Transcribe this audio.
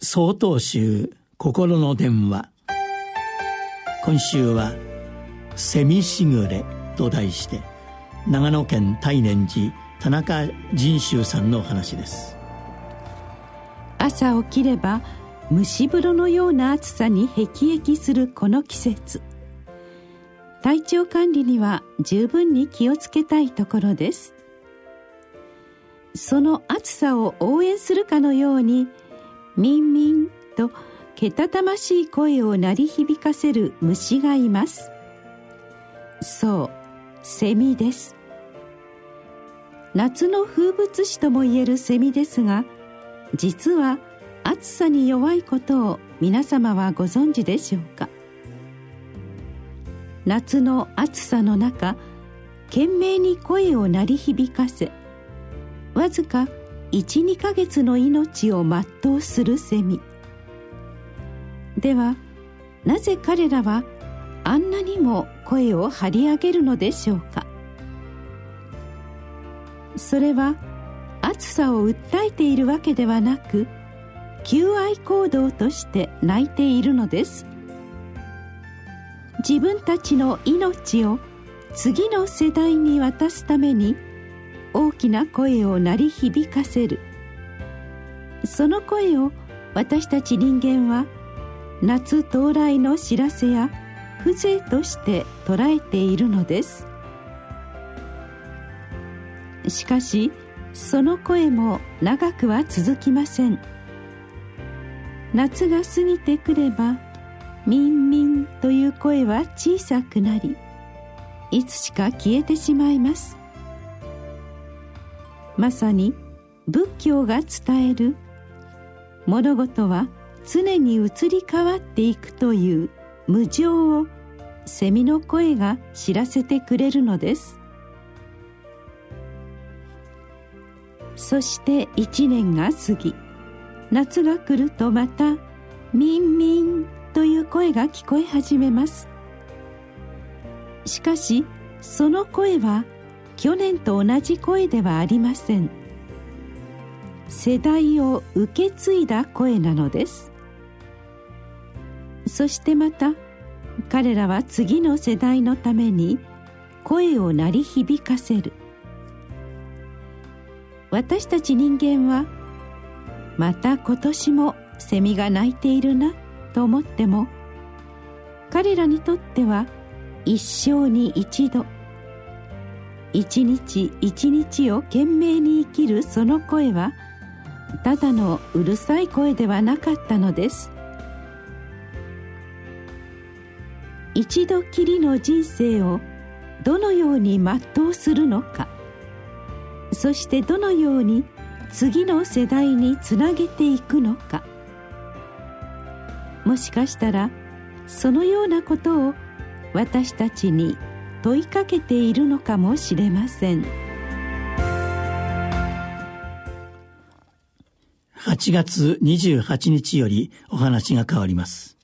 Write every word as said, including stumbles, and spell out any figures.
曹洞宗心の電話。今週は蝉みしぐれと題して、長野県大念寺田中仁宗さんのお話です。 朝起きれば蒸し風呂のような暑さに辟易するこの季節、体調管理には十分に気をつけたいところです。その暑さを応援するかのように、ミンミンとけたたましい声を鳴り響かせる虫がいます。そう、セミです。夏の風物詩ともいえるセミですが、実は暑さに弱いことを皆様はご存知でしょうか。夏の暑さの中、懸命に声を鳴り響かせ、わずかいち、にかげつの命を全うするセミ。では、なぜ彼らはあんなにも声を張り上げるのでしょうか。それは暑さを訴えているわけではなく、求愛行動として鳴いているのです。自分たちの命を次の世代に渡すために大きな声を鳴り響かせる。その声を私たち人間は夏到来の知らせや風情として捉えているのです。しかしその声も長くは続きません。夏が過ぎてくれば、ミンミンという声は小さくなり、いつしか消えてしまいます。まさに仏教が伝える物事は常に移り変わっていくという無常をセミの声が知らせてくれるのです。そして一年が過ぎ、夏が来るとまたミンミンという声が聞こえ始めます。しかしその声は去年と同じ声ではありません。世代を受け継いだ声なのです。そしてまた彼らは次の世代のために声を鳴り響かせる。私たち人間はまた今年もセミが鳴いているなと思っても、彼らにとっては一生に一度、一日一日を懸命に生きるその声はただのうるさい声ではなかったのです。一度きりの人生をどのように全うするのか、そしてどのように次の世代につなげていくのか。もしかしたらそのようなことを私たちに問いかけているのかもしれません。 はちがつにじゅうはちにちよりお話が変わります。